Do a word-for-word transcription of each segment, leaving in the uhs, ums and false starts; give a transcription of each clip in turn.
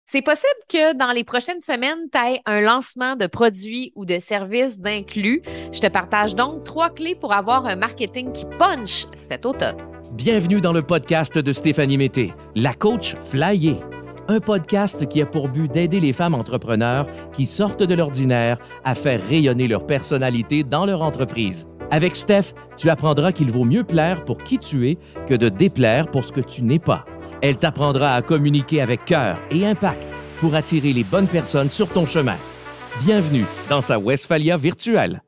C'est possible que dans les prochaines semaines, tu aies un lancement de produits ou de services d'inclus. Je te partage donc trois clés pour avoir un marketing qui punch cet automne. Bienvenue dans le podcast de Stéphanie Mété, la coach flyée. Un podcast qui a pour but d'aider les femmes entrepreneurs qui sortent de l'ordinaire à faire rayonner leur personnalité dans leur entreprise. Avec Steph, tu apprendras qu'il vaut mieux plaire pour qui tu es que de déplaire pour ce que tu n'es pas. Elle t'apprendra à communiquer avec cœur et impact pour attirer les bonnes personnes sur ton chemin. Bienvenue dans sa Westphalia virtuelle.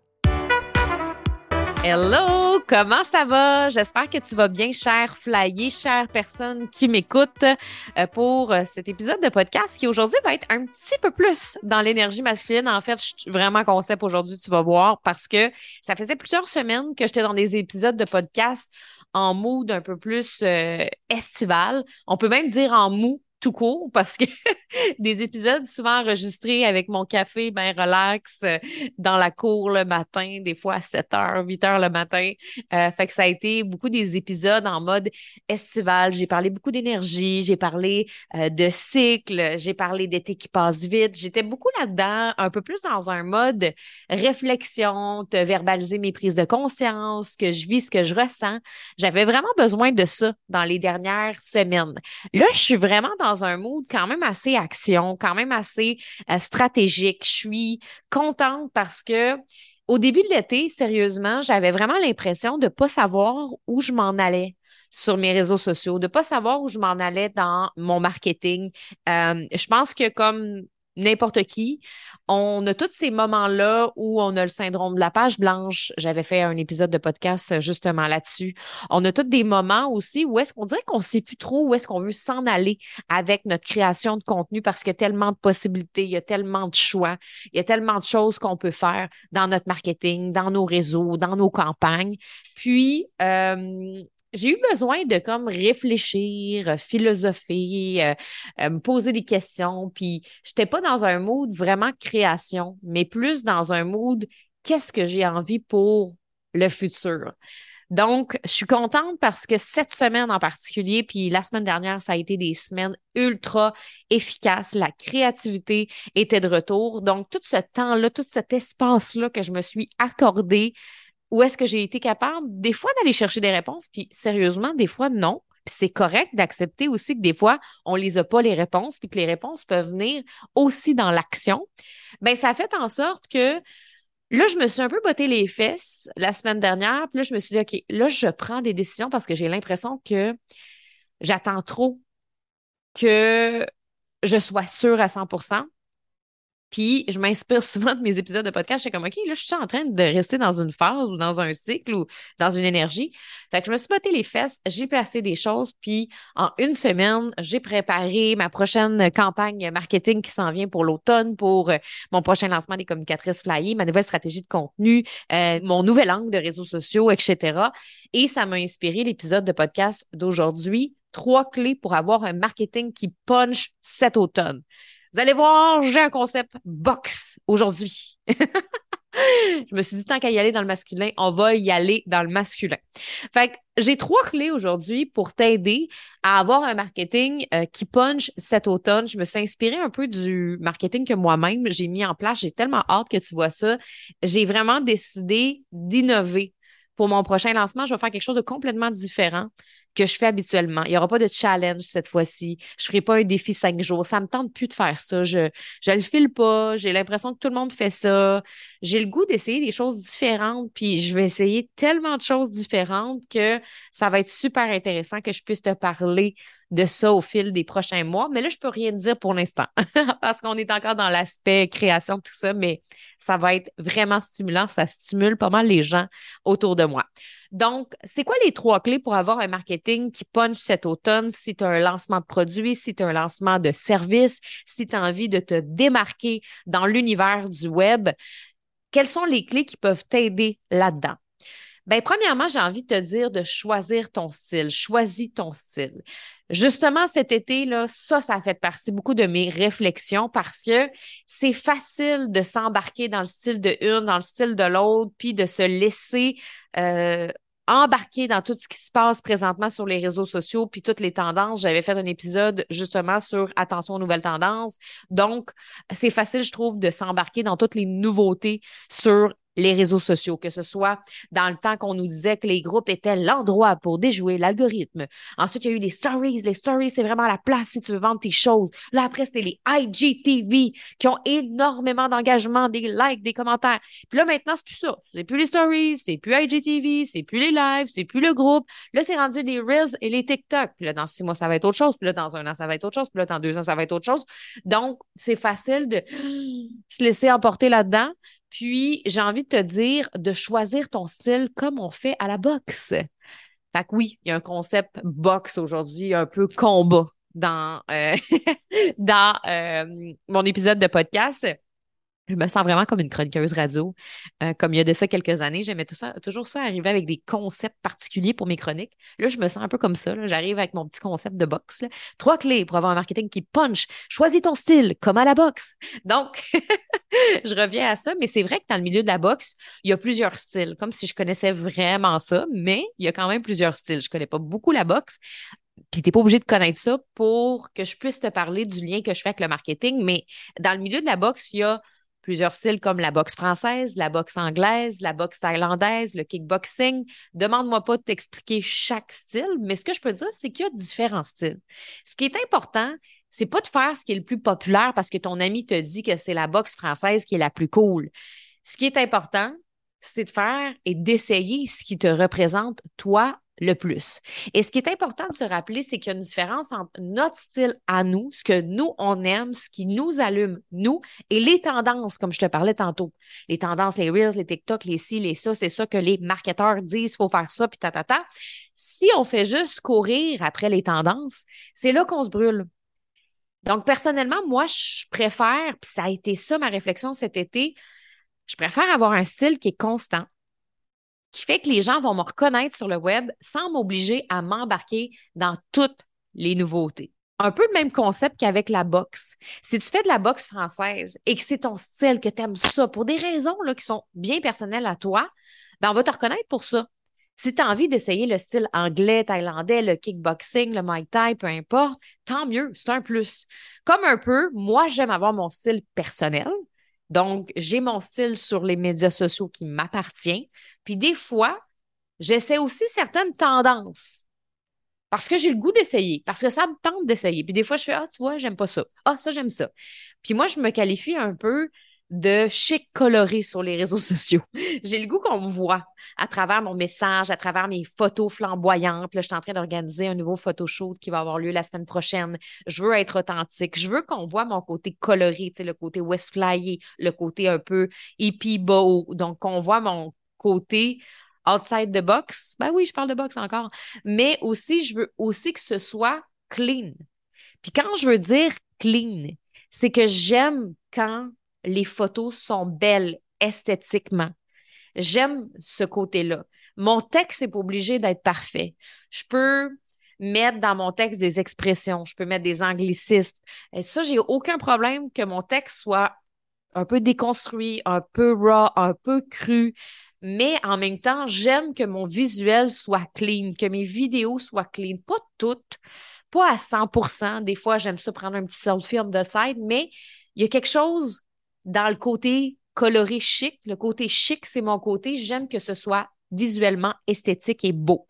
Hello! Comment ça va? J'espère que tu vas bien, cher flyer, chère personne qui m'écoute, euh, pour euh, cet épisode de podcast qui aujourd'hui va être un petit peu plus dans l'énergie masculine. En fait, je suis vraiment concept aujourd'hui, tu vas voir, parce que ça faisait plusieurs semaines que j'étais dans des épisodes de podcast en mood un peu plus euh, estival. On peut même dire en mou tout court, parce que des épisodes souvent enregistrés avec mon café ben relax euh, dans la cour le matin, des fois à sept heures, huit heures le matin. Euh, fait que ça a été beaucoup des épisodes en mode estival. J'ai parlé beaucoup d'énergie, j'ai parlé euh, de cycle, j'ai parlé d'été qui passe vite. J'étais beaucoup là-dedans, un peu plus dans un mode réflexion, te verbaliser mes prises de conscience, ce que je vis, ce que je ressens. J'avais vraiment besoin de ça dans les dernières semaines. Là, je suis vraiment dans un mood quand même assez action, quand même assez euh, stratégique. Je suis contente parce que au début de l'été, sérieusement, j'avais vraiment l'impression de ne pas savoir où je m'en allais sur mes réseaux sociaux, de ne pas savoir où je m'en allais dans mon marketing. Euh, je pense que comme n'importe qui, on a tous ces moments-là où on a le syndrome de la page blanche. J'avais fait un épisode de podcast euh, justement là-dessus. On a tous des moments aussi où est-ce qu'on dirait qu'on ne sait plus trop où est-ce qu'on veut s'en aller avec notre création de contenu parce qu'il y a tellement de possibilités, il y a tellement de choix, il y a tellement de choses qu'on peut faire dans notre marketing, dans nos réseaux, dans nos campagnes. Puis, euh, j'ai eu besoin de comme réfléchir, euh, philosopher, euh, euh, me poser des questions. Puis, j'étais pas dans un mood vraiment création, mais plus dans un mood qu'est-ce que j'ai envie pour le futur. Donc, je suis contente parce que cette semaine en particulier, puis la semaine dernière, ça a été des semaines ultra efficaces. La créativité était de retour. Donc, tout ce temps-là, tout cet espace-là que je me suis accordé, où est-ce que j'ai été capable, des fois, d'aller chercher des réponses, puis sérieusement, des fois, non. Puis c'est correct d'accepter aussi que des fois, on les a pas les réponses, puis que les réponses peuvent venir aussi dans l'action. Ben, ça a fait en sorte que là, je me suis un peu botté les fesses la semaine dernière. Puis là, je me suis dit, OK, là, je prends des décisions parce que j'ai l'impression que j'attends trop que je sois sûre à cent pour cent. Puis, je m'inspire souvent de mes épisodes de podcast. Je suis comme, OK, là, je suis en train de rester dans une phase ou dans un cycle ou dans une énergie. Fait que je me suis botté les fesses, j'ai placé des choses, puis en une semaine, j'ai préparé ma prochaine campagne marketing qui s'en vient pour l'automne, pour euh, mon prochain lancement des communicatrices flyées, ma nouvelle stratégie de contenu, euh, mon nouvel angle de réseaux sociaux, et cetera. Et ça m'a inspiré l'épisode de podcast d'aujourd'hui. Trois clés pour avoir un marketing qui punch cet automne. Vous allez voir, j'ai un concept box aujourd'hui. Je me suis dit, tant qu'à y aller dans le masculin, on va y aller dans le masculin. Fait que j'ai trois clés aujourd'hui pour t'aider à avoir un marketing euh, qui punch cet automne. Je me suis inspirée un peu du marketing que moi-même j'ai mis en place. J'ai tellement hâte que tu vois ça. J'ai vraiment décidé d'innover. Pour mon prochain lancement, je vais faire quelque chose de complètement différent que je fais habituellement. Il n'y aura pas de challenge cette fois-ci. Je ne ferai pas un défi cinq jours. Ça ne me tente plus de faire ça. Je je le file pas. J'ai l'impression que tout le monde fait ça. J'ai le goût d'essayer des choses différentes, puis je vais essayer tellement de choses différentes que ça va être super intéressant que je puisse te parler de ça au fil des prochains mois. Mais là, je peux rien te dire pour l'instant parce qu'on est encore dans l'aspect création, tout ça, mais ça va être vraiment stimulant. Ça stimule pas mal les gens autour de moi. Donc, c'est quoi les trois clés pour avoir un marketing qui punch cet automne si tu as un lancement de produit, si tu as un lancement de service, si tu as envie de te démarquer dans l'univers du web? Quelles sont les clés qui peuvent t'aider là-dedans? Ben, premièrement, j'ai envie de te dire de choisir ton style. Choisis ton style. Justement, cet été, là, ça, ça a fait partie beaucoup de mes réflexions parce que c'est facile de s'embarquer dans le style de une, dans le style de l'autre, puis de se laisser euh, embarqué dans tout ce qui se passe présentement sur les réseaux sociaux puis toutes les tendances. J'avais fait un épisode justement sur attention aux nouvelles tendances. Donc, c'est facile, je trouve, de s'embarquer dans toutes les nouveautés sur les réseaux sociaux, que ce soit dans le temps qu'on nous disait que les groupes étaient l'endroit pour déjouer l'algorithme. Ensuite, il y a eu les stories. Les stories, c'est vraiment la place si tu veux vendre tes choses. Là, après, c'était les I G T V qui ont énormément d'engagement, des likes, des commentaires. Puis là, maintenant, c'est plus ça. C'est plus les stories, c'est plus I G T V, c'est plus les lives, c'est plus le groupe. Là, c'est rendu les Reels et les TikTok. Puis là, dans six mois, ça va être autre chose. Puis là, dans un an, ça va être autre chose. Puis là, dans deux ans, ça va être autre chose. Donc, c'est facile de se laisser emporter là-dedans. Puis, j'ai envie de te dire de choisir ton style comme on fait à la boxe. Fait que oui, il y a un concept boxe aujourd'hui, un peu combat dans, euh, dans euh, mon épisode de podcast. Je me sens vraiment comme une chroniqueuse radio. Euh, comme il y a de ça quelques années, j'aimais tout ça, toujours ça, arriver avec des concepts particuliers pour mes chroniques. Là, je me sens un peu comme ça. Là. J'arrive avec mon petit concept de boxe. Là. Trois clés pour avoir un marketing qui punch. Choisis ton style, comme à la boxe. Donc, je reviens à ça, mais c'est vrai que dans le milieu de la boxe, il y a plusieurs styles, comme si je connaissais vraiment ça, mais il y a quand même plusieurs styles. Je connais pas beaucoup la boxe, puis t'es pas obligé de connaître ça pour que je puisse te parler du lien que je fais avec le marketing, mais dans le milieu de la boxe, il y a plusieurs styles comme la boxe française, la boxe anglaise, la boxe thaïlandaise, le kickboxing. Demande-moi pas de t'expliquer chaque style, mais ce que je peux dire, c'est qu'il y a différents styles. Ce qui est important, c'est pas de faire ce qui est le plus populaire parce que ton ami te dit que c'est la boxe française qui est la plus cool. Ce qui est important, c'est de faire et d'essayer ce qui te représente toi le plus. Et ce qui est important de se rappeler, c'est qu'il y a une différence entre notre style à nous, ce que nous, on aime, ce qui nous allume, nous, et les tendances, comme je te parlais tantôt. Les tendances, les Reels, les TikTok, les ci, les ça, c'est ça que les marketeurs disent, il faut faire ça, puis ta, ta, ta. Si on fait juste courir après les tendances, c'est là qu'on se brûle. Donc, personnellement, moi, je préfère, puis ça a été ça ma réflexion cet été, je préfère avoir un style qui est constant, qui fait que les gens vont me reconnaître sur le web sans m'obliger à m'embarquer dans toutes les nouveautés. Un peu le même concept qu'avec la boxe. Si tu fais de la boxe française et que c'est ton style, que tu aimes ça pour des raisons là, qui sont bien personnelles à toi, ben on va te reconnaître pour ça. Si tu as envie d'essayer le style anglais, thaïlandais, le kickboxing, le Muay Thai, peu importe, tant mieux, c'est un plus. Comme un peu, moi, j'aime avoir mon style personnel. Donc, j'ai mon style sur les médias sociaux qui m'appartient. Puis des fois, j'essaie aussi certaines tendances parce que j'ai le goût d'essayer, parce que ça me tente d'essayer. Puis des fois, je fais, ah, tu vois, j'aime pas ça. Ah, ça, j'aime ça. Puis moi, je me qualifie un peu de chic coloré sur les réseaux sociaux. J'ai le goût qu'on me voit à travers mon message, à travers mes photos flamboyantes. Là, je suis en train d'organiser un nouveau photoshoot qui va avoir lieu la semaine prochaine. Je veux être authentique. Je veux qu'on voit mon côté coloré, tu sais, le côté West Flyé, le côté un peu hippie beau. Donc, qu'on voit mon côté outside the box. Ben oui, je parle de box encore. Mais aussi, je veux aussi que ce soit clean. Puis quand je veux dire clean, c'est que j'aime quand les photos sont belles esthétiquement. J'aime ce côté-là. Mon texte n'est pas obligé d'être parfait. Je peux mettre dans mon texte des expressions, je peux mettre des anglicismes. Et ça, j'ai aucun problème que mon texte soit un peu déconstruit, un peu raw, un peu cru. Mais en même temps, j'aime que mon visuel soit clean, que mes vidéos soient clean. Pas toutes, pas à cent pour cent. Des fois, j'aime ça prendre un petit selfie on the side, mais il y a quelque chose dans le côté coloré chic. Le côté chic, c'est mon côté. J'aime que ce soit visuellement esthétique et beau.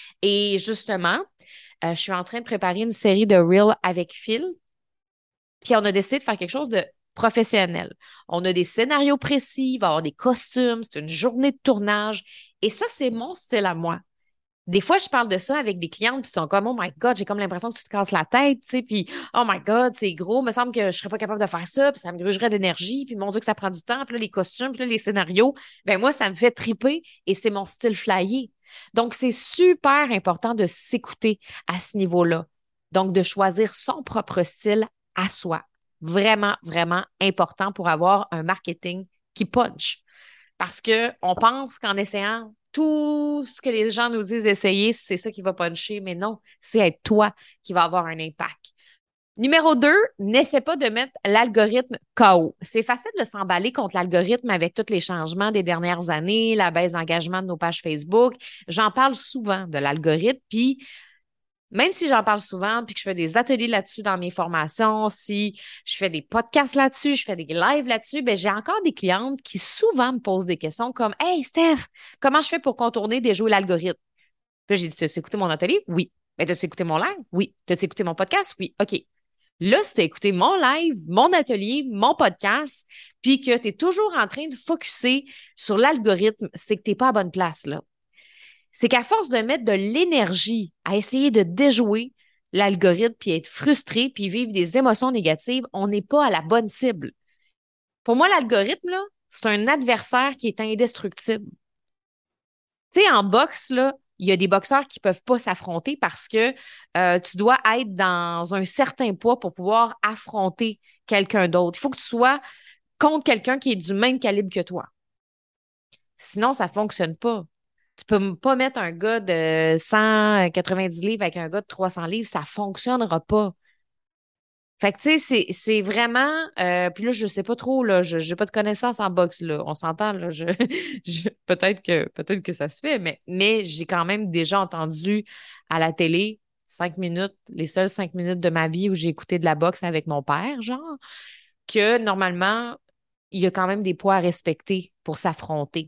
Et justement, euh, je suis en train de préparer une série de Reels avec Phil. Puis on a décidé de faire quelque chose de professionnel. On a des scénarios précis, il va y avoir des costumes, c'est une journée de tournage. Et ça, c'est mon style à moi. Des fois, je parle de ça avec des clientes, puis ils sont comme, oh my God, j'ai comme l'impression que tu te casses la tête, tu sais, puis oh my God, c'est gros, il me semble que je serais pas capable de faire ça, puis ça me grugerait d'énergie, puis mon Dieu, que ça prend du temps, puis là, les costumes, puis là, les scénarios, ben moi, ça me fait triper et c'est mon style flyé. Donc, c'est super important de s'écouter à ce niveau-là. Donc, de choisir son propre style à soi. Vraiment, vraiment important pour avoir un marketing qui punch. Parce qu'on pense qu'en essayant tout ce que les gens nous disent d'essayer, c'est ça qui va puncher, mais non, c'est être toi qui va avoir un impact. Numéro deux, n'essaie pas de mettre l'algorithme K O. C'est facile de s'emballer contre l'algorithme avec tous les changements des dernières années, la baisse d'engagement de nos pages Facebook. J'en parle souvent de l'algorithme, puis même si j'en parle souvent, puis que je fais des ateliers là-dessus dans mes formations, si je fais des podcasts là-dessus, je fais des lives là-dessus, ben j'ai encore des clientes qui souvent me posent des questions comme Hey Steph, comment je fais pour contourner déjouer l'algorithme? Puis là, j'ai dit, tu as écouté mon atelier? Oui. Ben, as-tu écouté mon live? Oui. T'as-tu écouté mon podcast? Oui. OK. Là, si tu as écouté mon live, mon atelier, mon podcast, puis que tu es toujours en train de focusser sur l'algorithme, c'est que tu n'es pas à bonne place, là. C'est qu'à force de mettre de l'énergie à essayer de déjouer l'algorithme, puis être frustré, puis vivre des émotions négatives, on n'est pas à la bonne cible. Pour moi, l'algorithme, là, c'est un adversaire qui est indestructible. Tu sais, en boxe, là, il y a des boxeurs qui ne peuvent pas s'affronter parce que euh, tu dois être dans un certain poids pour pouvoir affronter quelqu'un d'autre. Il faut que tu sois contre quelqu'un qui est du même calibre que toi. Sinon, ça ne fonctionne pas. Tu peux m- pas mettre un gars de cent quatre-vingt-dix livres avec un gars de trois cents livres, ça ne fonctionnera pas. Fait que, tu sais, c'est, c'est vraiment. Euh, puis là, je sais pas trop, là. Je n'ai pas de connaissances en boxe, là. On s'entend, là. Je, je- peut-être que, peut-être que ça se fait, mais, mais j'ai quand même déjà entendu à la télé cinq minutes, les seules cinq minutes de ma vie où j'ai écouté de la boxe avec mon père, genre, que normalement, il y a quand même des poids à respecter pour s'affronter.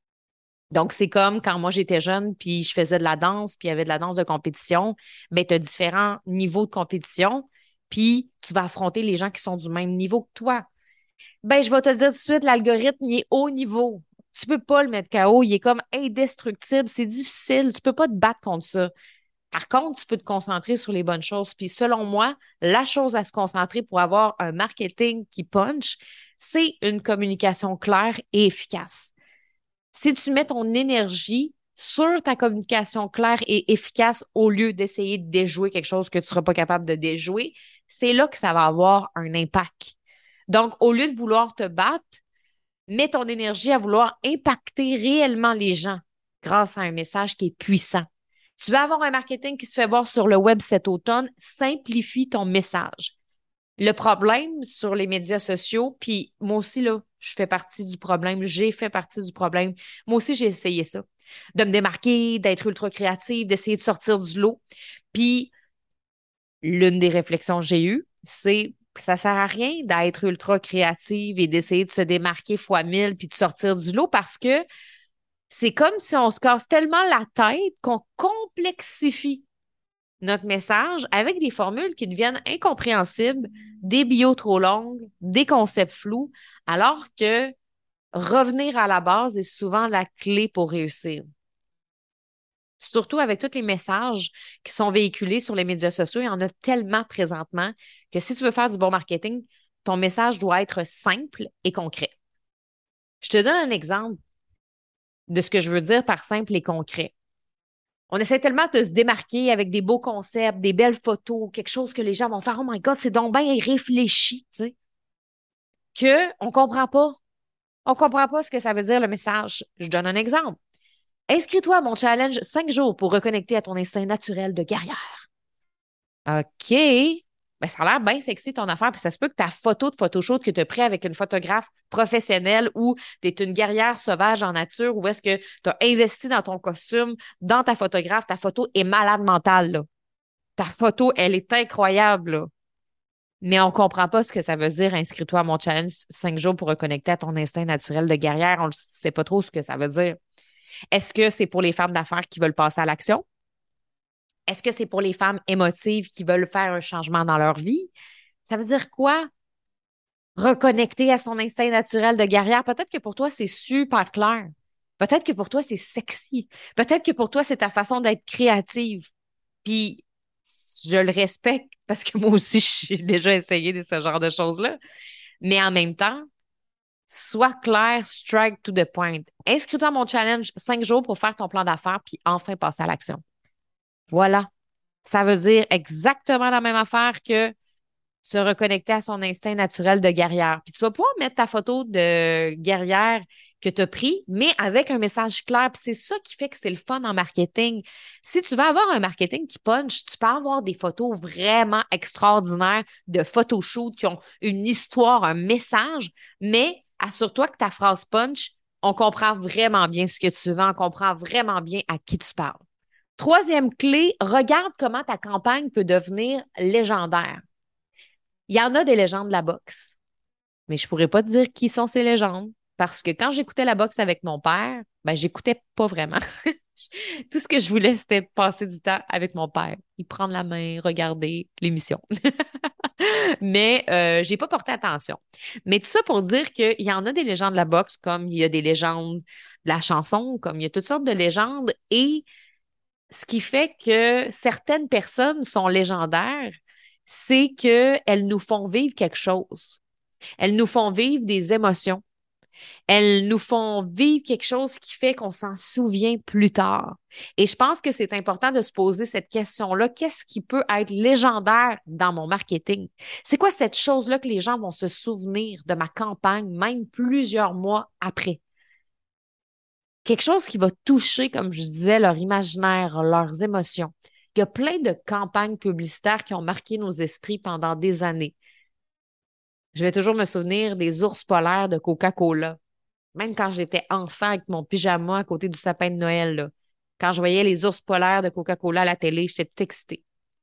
Donc, c'est comme quand moi j'étais jeune, puis je faisais de la danse, puis il y avait de la danse de compétition, ben tu as différents niveaux de compétition, puis tu vas affronter les gens qui sont du même niveau que toi. Ben, je vais te le dire tout de suite, l'algorithme, il est haut niveau. Tu peux pas le mettre K O, il est comme indestructible, c'est difficile, tu peux pas te battre contre ça. Par contre, tu peux te concentrer sur les bonnes choses. Puis selon moi, la chose à se concentrer pour avoir un marketing qui punch, c'est une communication claire et efficace. Si tu mets ton énergie sur ta communication claire et efficace au lieu d'essayer de déjouer quelque chose que tu ne seras pas capable de déjouer, c'est là que ça va avoir un impact. Donc, au lieu de vouloir te battre, mets ton énergie à vouloir impacter réellement les gens grâce à un message qui est puissant. Tu veux avoir un marketing qui se fait voir sur le web cet automne, simplifie ton message. Le problème sur les médias sociaux, puis moi aussi, là, je fais partie du problème, j'ai fait partie du problème. Moi aussi, j'ai essayé ça, de me démarquer, d'être ultra créative, d'essayer de sortir du lot. Puis, l'une des réflexions que j'ai eues, c'est que ça sert à rien d'être ultra créative et d'essayer de se démarquer fois mille puis de sortir du lot parce que c'est comme si on se casse tellement la tête qu'on complexifie notre message avec des formules qui deviennent incompréhensibles, des bios trop longues, des concepts flous, alors que revenir à la base est souvent la clé pour réussir. Surtout avec tous les messages qui sont véhiculés sur les médias sociaux, il y en a tellement présentement que si tu veux faire du bon marketing, ton message doit être simple et concret. Je te donne un exemple de ce que je veux dire par simple et concret. On essaie tellement de se démarquer avec des beaux concepts, des belles photos, quelque chose que les gens vont faire, oh my God, c'est donc bien réfléchi, tu sais, que on comprend pas. On comprend pas ce que ça veut dire le message. Je donne un exemple. Inscris-toi à mon challenge cinq jours pour reconnecter à ton instinct naturel de guerrière. OK. Ben, ça a l'air bien sexy ton affaire, puis ça se peut que ta photo de photoshoot que tu as pris avec une photographe professionnelle ou tu es une guerrière sauvage en nature ou est-ce que tu as investi dans ton costume, dans ta photographe, ta photo est malade mentale, là. Ta photo, elle est incroyable, là. Mais on comprend pas ce que ça veut dire. Inscris-toi à mon challenge cinq jours pour reconnecter à ton instinct naturel de guerrière. On ne sait pas trop ce que ça veut dire. Est-ce que c'est pour les femmes d'affaires qui veulent passer à l'action? Est-ce que c'est pour les femmes émotives qui veulent faire un changement dans leur vie? Ça veut dire quoi? Reconnecter à son instinct naturel de guerrière. Peut-être que pour toi, c'est super clair. Peut-être que pour toi, c'est sexy. Peut-être que pour toi, c'est ta façon d'être créative. Puis, je le respecte parce que moi aussi, j'ai déjà essayé de ce genre de choses-là. Mais en même temps, sois clair, strike to the point. Inscris-toi à mon challenge cinq jours pour faire ton plan d'affaires puis enfin passer à l'action. Voilà. Ça veut dire exactement la même affaire que se reconnecter à son instinct naturel de guerrière. Puis tu vas pouvoir mettre ta photo de guerrière que tu as pris, mais avec un message clair. Puis c'est ça qui fait que c'est le fun en marketing. Si tu veux avoir un marketing qui punch, tu peux avoir des photos vraiment extraordinaires de photoshoots qui ont une histoire, un message, mais assure-toi que ta phrase punch, on comprend vraiment bien ce que tu veux, on comprend vraiment bien à qui tu parles. Troisième clé, regarde comment ta campagne peut devenir légendaire. Il y en a des légendes de la boxe, mais je ne pourrais pas te dire qui sont ces légendes parce que quand j'écoutais la boxe avec mon père, ben, j'écoutais pas vraiment. Tout ce que je voulais, c'était passer du temps avec mon père. Il prendre la main, regarder l'émission. Mais euh, j'ai pas porté attention. Mais tout ça pour dire qu'il y en a des légendes de la boxe, comme il y a des légendes de la chanson, comme il y a toutes sortes de légendes. Et ce qui fait que certaines personnes sont légendaires, c'est qu'elles nous font vivre quelque chose. Elles nous font vivre des émotions. Elles nous font vivre quelque chose qui fait qu'on s'en souvient plus tard. Et je pense que c'est important de se poser cette question-là. Qu'est-ce qui peut être légendaire dans mon marketing? C'est quoi cette chose-là que les gens vont se souvenir de ma campagne, même plusieurs mois après? Quelque chose qui va toucher, comme je disais, leur imaginaire, leurs émotions. Il y a plein de campagnes publicitaires qui ont marqué nos esprits pendant des années. Je vais toujours me souvenir des ours polaires de Coca-Cola. Même quand j'étais enfant avec mon pyjama à côté du sapin de Noël, là. Quand je voyais les ours polaires de Coca-Cola à la télé, j'étais toute excitée.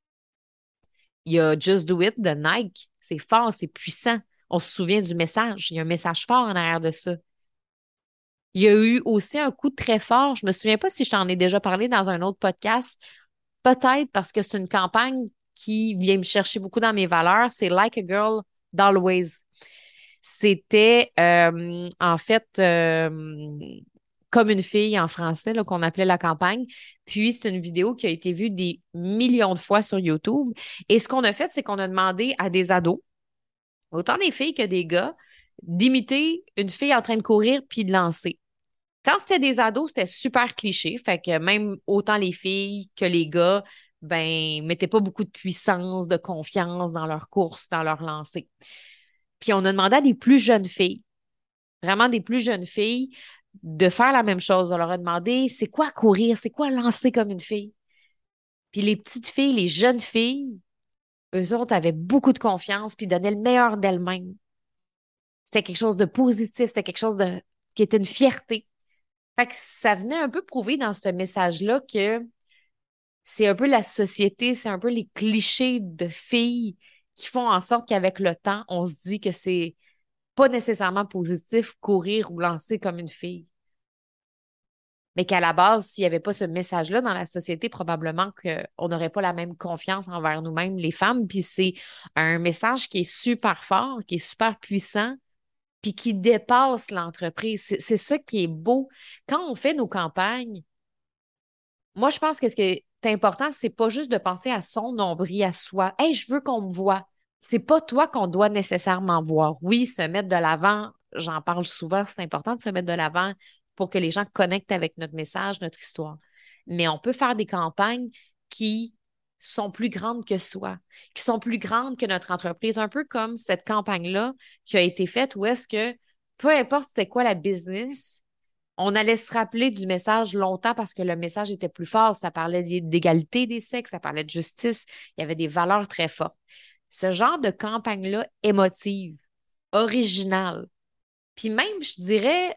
Il y a Just Do It de Nike. C'est fort, c'est puissant. On se souvient du message. Il y a un message fort en arrière de ça. Il y a eu aussi un coup très fort. Je me souviens pas si je t'en ai déjà parlé dans un autre podcast. Peut-être parce que c'est une campagne qui vient me chercher beaucoup dans mes valeurs. C'est Like a Girl d'Always. C'était euh, en fait euh, comme une fille en français là, qu'on appelait la campagne. Puis c'est une vidéo qui a été vue des millions de fois sur YouTube. Et ce qu'on a fait, c'est qu'on a demandé à des ados, autant des filles que des gars, d'imiter une fille en train de courir puis de lancer. Quand c'était des ados, c'était super cliché. Fait que même autant les filles que les gars, ben, mettaient pas beaucoup de puissance, de confiance dans leur course, dans leur lancer. Puis on a demandé à des plus jeunes filles, vraiment des plus jeunes filles, de faire la même chose. On leur a demandé, c'est quoi courir? C'est quoi lancer comme une fille? Puis les petites filles, les jeunes filles, eux autres avaient beaucoup de confiance puis donnaient le meilleur d'elles-mêmes. C'était quelque chose de positif, c'était quelque chose de qui était une fierté. Fait que ça venait un peu prouver dans ce message-là que c'est un peu la société, c'est un peu les clichés de filles qui font en sorte qu'avec le temps, on se dit que c'est pas nécessairement positif courir ou lancer comme une fille. Mais qu'à la base, s'il n'y avait pas ce message-là dans la société, probablement qu'on n'aurait pas la même confiance envers nous-mêmes, les femmes. Puis c'est un message qui est super fort, qui est super puissant, puis qui dépasse l'entreprise. C'est, c'est ça qui est beau. Quand on fait nos campagnes, moi, je pense que ce qui est important, c'est pas juste de penser à son nombril, à soi. Hey, je veux qu'on me voie. C'est pas toi qu'on doit nécessairement voir. Oui, se mettre de l'avant, j'en parle souvent, c'est important de se mettre de l'avant pour que les gens connectent avec notre message, notre histoire. Mais on peut faire des campagnes qui sont plus grandes que soi, qui sont plus grandes que notre entreprise, un peu comme cette campagne-là qui a été faite où est-ce que peu importe c'était quoi la business, on allait se rappeler du message longtemps parce que le message était plus fort. Ça parlait d'égalité des sexes, ça parlait de justice. Il y avait des valeurs très fortes. Ce genre de campagne-là émotive, originale, puis même, je dirais,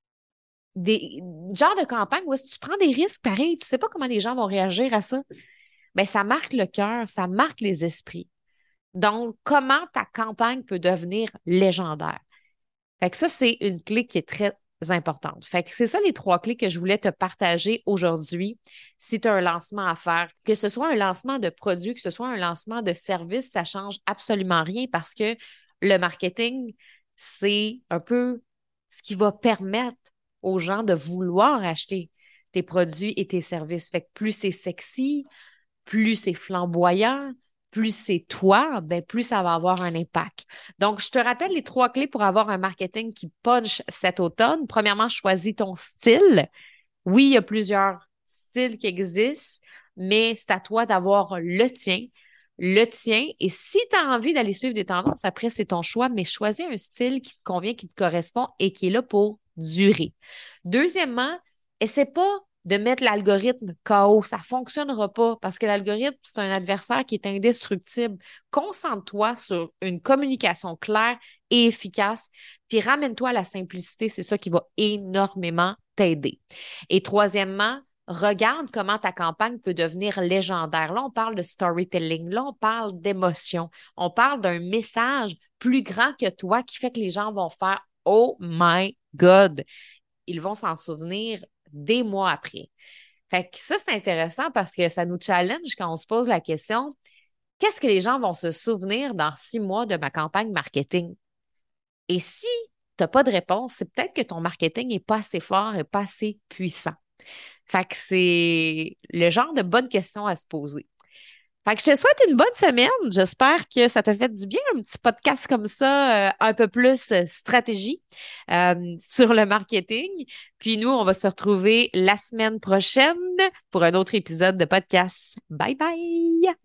des genre de campagne où est-ce que tu prends des risques pareil, tu sais pas comment les gens vont réagir à ça. Bien, ça marque le cœur, ça marque les esprits. Donc, comment ta campagne peut devenir légendaire? Fait que ça, c'est une clé qui est très importante. Fait que c'est ça les trois clés que je voulais te partager aujourd'hui. Si tu as un lancement à faire, que ce soit un lancement de produit, que ce soit un lancement de service, ça change absolument rien parce que le marketing, c'est un peu ce qui va permettre aux gens de vouloir acheter tes produits et tes services. Fait que plus c'est sexy, plus c'est flamboyant, plus c'est toi, ben plus ça va avoir un impact. Donc, je te rappelle les trois clés pour avoir un marketing qui punch cet automne. Premièrement, choisis ton style. Oui, il y a plusieurs styles qui existent, mais c'est à toi d'avoir le tien. le tien. Et si tu as envie d'aller suivre des tendances, après, c'est ton choix, mais choisis un style qui te convient, qui te correspond et qui est là pour durer. Deuxièmement, essaie pas de mettre l'algorithme K O. Ça ne fonctionnera pas parce que l'algorithme, c'est un adversaire qui est indestructible. Concentre-toi sur une communication claire et efficace, puis ramène-toi à la simplicité. C'est ça qui va énormément t'aider. Et troisièmement, regarde comment ta campagne peut devenir légendaire. Là, on parle de storytelling. Là, on parle d'émotion. On parle d'un message plus grand que toi qui fait que les gens vont faire Oh my God! Ils vont s'en souvenir des mois après. Fait que ça, c'est intéressant parce que ça nous challenge quand on se pose la question, qu'est-ce que les gens vont se souvenir dans six mois de ma campagne marketing? Et si tu n'as pas de réponse, c'est peut-être que ton marketing n'est pas assez fort et pas assez puissant. Fait que c'est le genre de bonnes questions à se poser. Fait que je te souhaite une bonne semaine. J'espère que ça t'a fait du bien, un petit podcast comme ça, euh, un peu plus euh, stratégie euh, sur le marketing. Puis nous, on va se retrouver la semaine prochaine pour un autre épisode de podcast. Bye bye!